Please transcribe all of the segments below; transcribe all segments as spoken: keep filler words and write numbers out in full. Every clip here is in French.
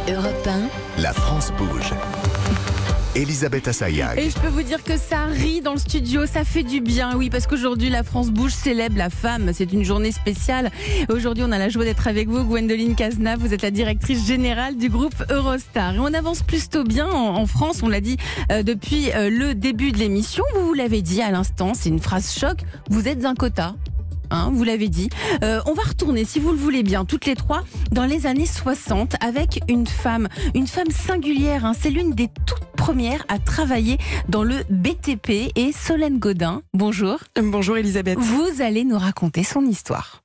Europe un, La France bouge. Elisabeth Assayag. Et je peux vous dire que ça rit dans le studio, ça fait du bien, oui, parce qu'aujourd'hui la France bouge célèbre la femme, c'est une journée spéciale. Aujourd'hui on a la joie d'être avec vous, Gwendoline Cazenave, vous êtes la directrice générale du groupe Eurostar. Et on avance plutôt bien en, en France, on l'a dit euh, depuis euh, le début de l'émission, vous vous l'avez dit à l'instant, c'est une phrase choc, vous êtes un quota. Hein, vous l'avez dit. Euh, on va retourner, si vous le voulez bien, toutes les trois, dans les années soixante, avec une femme, une femme singulière. Hein, c'est l'une des toutes premières à travailler dans le B T P. Et Solène Godin, bonjour. Bonjour Elisabeth. Vous allez nous raconter son histoire.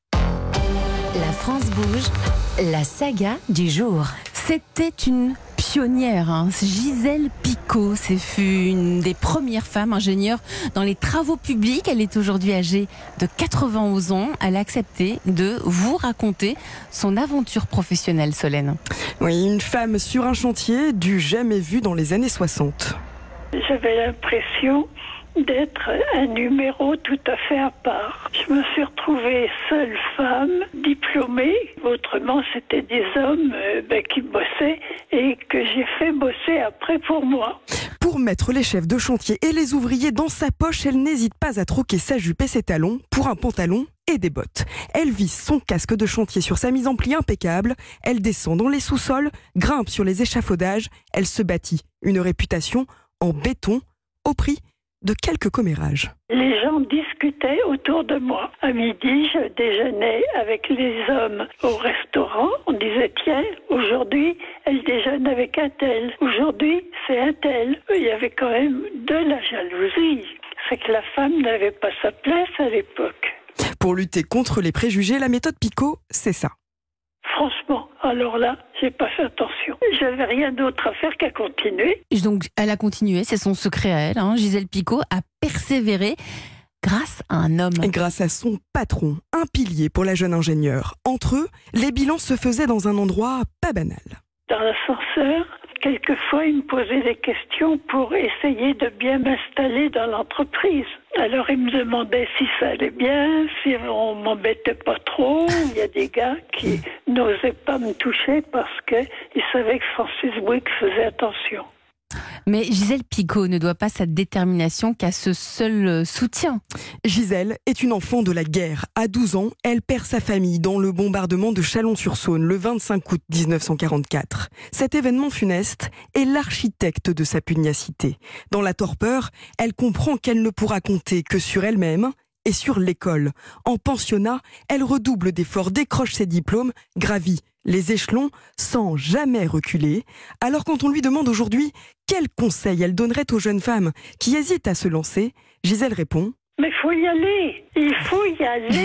La France bouge, la saga du jour. C'était une pionnière, hein. Gisèle Picot, c'est fut une des premières femmes ingénieures dans les travaux publics. Elle est aujourd'hui âgée de quatre-vingt-onze ans. Elle a accepté de vous raconter son aventure professionnelle, Solène. Oui, une femme sur un chantier du jamais vu dans les années soixante. J'avais l'impression d'être un numéro tout à fait à part. Je me suis retrouvée seule femme, diplômée. Autrement, c'était des hommes euh, ben, qui bossaient et que j'ai fait bosser après pour moi. Pour mettre les chefs de chantier et les ouvriers dans sa poche, elle n'hésite pas à troquer sa jupe et ses talons pour un pantalon et des bottes. Elle visse son casque de chantier sur sa mise en pli impeccable. Elle descend dans les sous-sols, grimpe sur les échafaudages. Elle se bâtit une réputation en béton au prix de quelques commérages. Les gens discutaient autour de moi. À midi, je déjeunais avec les hommes au restaurant. On disait, tiens, aujourd'hui, elle déjeune avec un tel. Aujourd'hui, c'est un tel. Il y avait quand même de la jalousie. C'est que la femme n'avait pas sa place à l'époque. Pour lutter contre les préjugés, la méthode Picot, c'est ça. Franchement, alors là, j'ai pas fait attention. J'avais rien d'autre à faire qu'à continuer. Donc, elle a continué, c'est son secret à elle. Hein. Gisèle Picot a persévéré grâce à un homme. Et grâce à son patron, un pilier pour la jeune ingénieure. Entre eux, les bilans se faisaient dans un endroit pas banal. Dans l'ascenseur, quelquefois, il me posait des questions pour essayer de bien m'installer dans l'entreprise. Alors, il me demandait si ça allait bien, si on m'embêtait pas trop. Il y a des gars qui n'osaient pas me toucher parce qu'ils savaient que Francis Bouygues faisait attention. Mais Gisèle Picot ne doit pas sa détermination qu'à ce seul soutien. Gisèle est une enfant de la guerre. À douze ans, elle perd sa famille dans le bombardement de Chalon-sur-Saône le vingt-cinq août mille neuf cent quarante-quatre. Cet événement funeste est l'architecte de sa pugnacité. Dans la torpeur, elle comprend qu'elle ne pourra compter que sur elle-même et sur l'école. En pensionnat, elle redouble d'efforts, décroche ses diplômes, gravit les échelons sans jamais reculer. Alors quand on lui demande aujourd'hui quel conseil elle donnerait aux jeunes femmes qui hésitent à se lancer, Gisèle répond « Mais il faut y aller, il faut y aller !»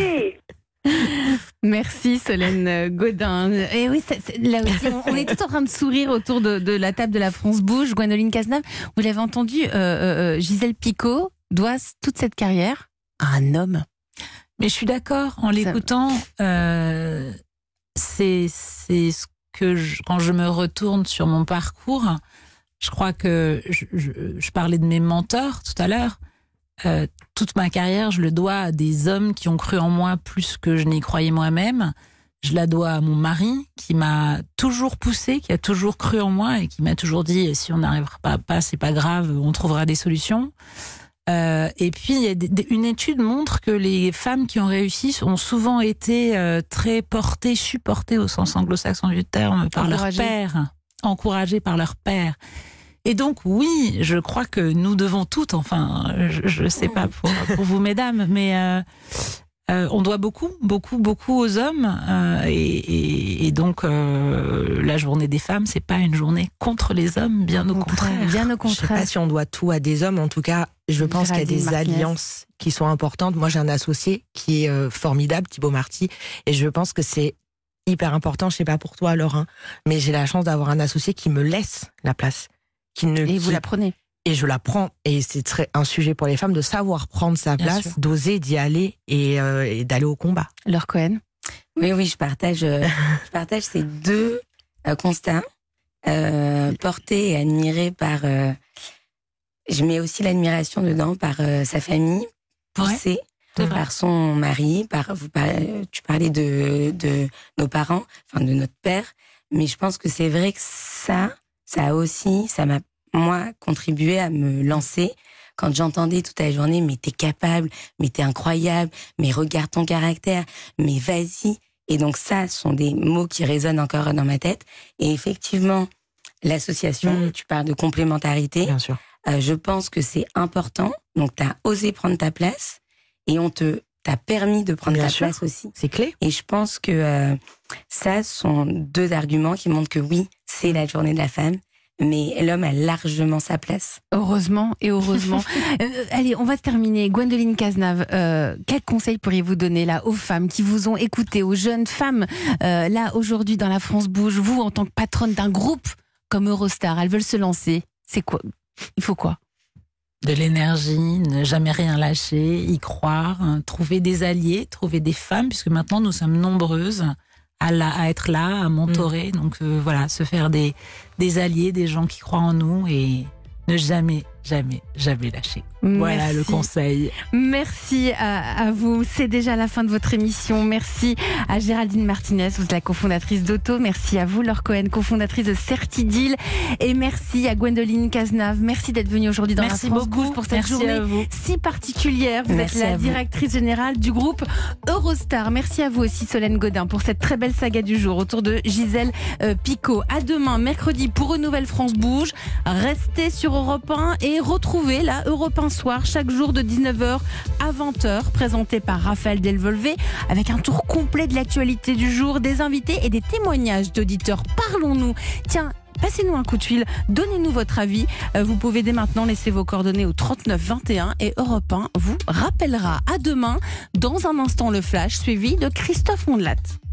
Merci Solène Godin. Et oui, c'est, c'est, là aussi, on, on est tout en train de sourire autour de, de la table de la France bouge. Gwendoline Cazenave, vous l'avez entendu, euh, euh, Gisèle Picot doit toute cette carrière à un homme. Mais je suis d'accord, en l'écoutant, euh, c'est, c'est ce que je, quand je me retourne sur mon parcours, je crois que je, je, je parlais de mes mentors tout à l'heure. Euh, toute ma carrière, je le dois à des hommes qui ont cru en moi plus que je n'y croyais moi-même. Je la dois à mon mari qui m'a toujours poussée, qui a toujours cru en moi et qui m'a toujours dit si on n'arrivera pas, pas, c'est pas grave, on trouvera des solutions. Euh, et puis, il y a des, une étude montre que les femmes qui ont réussi ont souvent été euh, très portées, supportées au sens anglo-saxon du terme par encouragées. leur père, encouragées par leur père. Et donc, oui, je crois que nous devons toutes, enfin, je ne sais pas pour, pour vous, mesdames, mais euh, euh, on doit beaucoup, beaucoup, beaucoup aux hommes. Euh, et, et, et donc, euh, la journée des femmes, c'est pas une journée contre les hommes, bien au contraire. Bien au Je sais pas contraire. si on doit tout à des hommes. En tout cas, je pense qu'il y a Géraldine des Martinez. alliances qui sont importantes. Moi, j'ai un associé qui est euh, formidable, Thibaut Marty, et je pense que c'est hyper important. Je sais pas pour toi, Laurent, mais j'ai la chance d'avoir un associé qui me laisse la place. Qui ne, Et vous qui- la prenez. Et je la prends. Et c'est très, un sujet pour les femmes de savoir prendre sa Bien place, sûr. d'oser d'y aller et, euh, et d'aller au combat. Laure Cohen. Oui, oui, je partage, euh, je partage ces deux euh, constats, euh, portés et admirés par. Euh, je mets aussi l'admiration dedans par euh, sa famille, poussée c'est vrai. par son mari, par. Vous parlez, tu parlais de de nos parents, enfin de notre père. Mais je pense que c'est vrai que ça, ça a aussi, ça m'a, moi, contribué à me lancer. Quand j'entendais toute la journée, mais t'es capable, mais t'es incroyable, mais regarde ton caractère, mais vas-y. Et donc ça, ce sont des mots qui résonnent encore dans ma tête. Et effectivement, l'association, mmh. tu parles de complémentarité. Bien sûr. Euh, je pense que c'est important. Donc t'as osé prendre ta place et on te t'a permis de prendre Bien ta sûr. place aussi. C'est clé. Et je pense que euh, ça sont deux arguments qui montrent que oui, c'est la journée de la femme. Mais l'homme a largement sa place. Heureusement et heureusement. euh, allez, on va se terminer. Gwendoline Cazenave, euh, quels conseils pourriez-vous donner là aux femmes qui vous ont écouté, aux jeunes femmes euh, là aujourd'hui dans La France Bouge, vous en tant que patronne d'un groupe comme Eurostar, elles veulent se lancer. C'est quoi? Il faut quoi? De l'énergie, ne jamais rien lâcher, y croire, hein, trouver des alliés, trouver des femmes, puisque maintenant nous sommes nombreuses à, la, à être là, à mentorer. Mmh. Donc euh, voilà, se faire des, des alliés, des gens qui croient en nous et ne jamais, jamais, jamais lâcher. Merci. Voilà le conseil. Merci à, à vous. C'est déjà la fin de votre émission. Merci à Géraldine Martinez, vous êtes la cofondatrice d'Auto. Merci à vous, Laure Cohen, cofondatrice de Certidil. Et merci à Gwendoline Cazenave. Merci d'être venue aujourd'hui dans merci La France beaucoup. Bouge pour cette merci journée si particulière. Vous merci êtes la directrice générale du groupe Eurostar. Merci à vous aussi, Solène Godin, pour cette très belle saga du jour autour de Gisèle euh, Picot. À demain, mercredi, pour une nouvelle France Bouge. Restez sur Europe un et retrouvez la Europe un Soir chaque jour de dix-neuf heures à vingt heures, présenté par Raphaël Delvolvé, avec un tour complet de l'actualité du jour, des invités et des témoignages d'auditeurs. Parlons-nous. Tiens, passez-nous un coup de fil, donnez-nous votre avis. Euh, vous pouvez dès maintenant laisser vos coordonnées au trente-neuf vingt et un et Europe un vous rappellera. À demain, dans un instant le flash, suivi de Christophe Ondelat.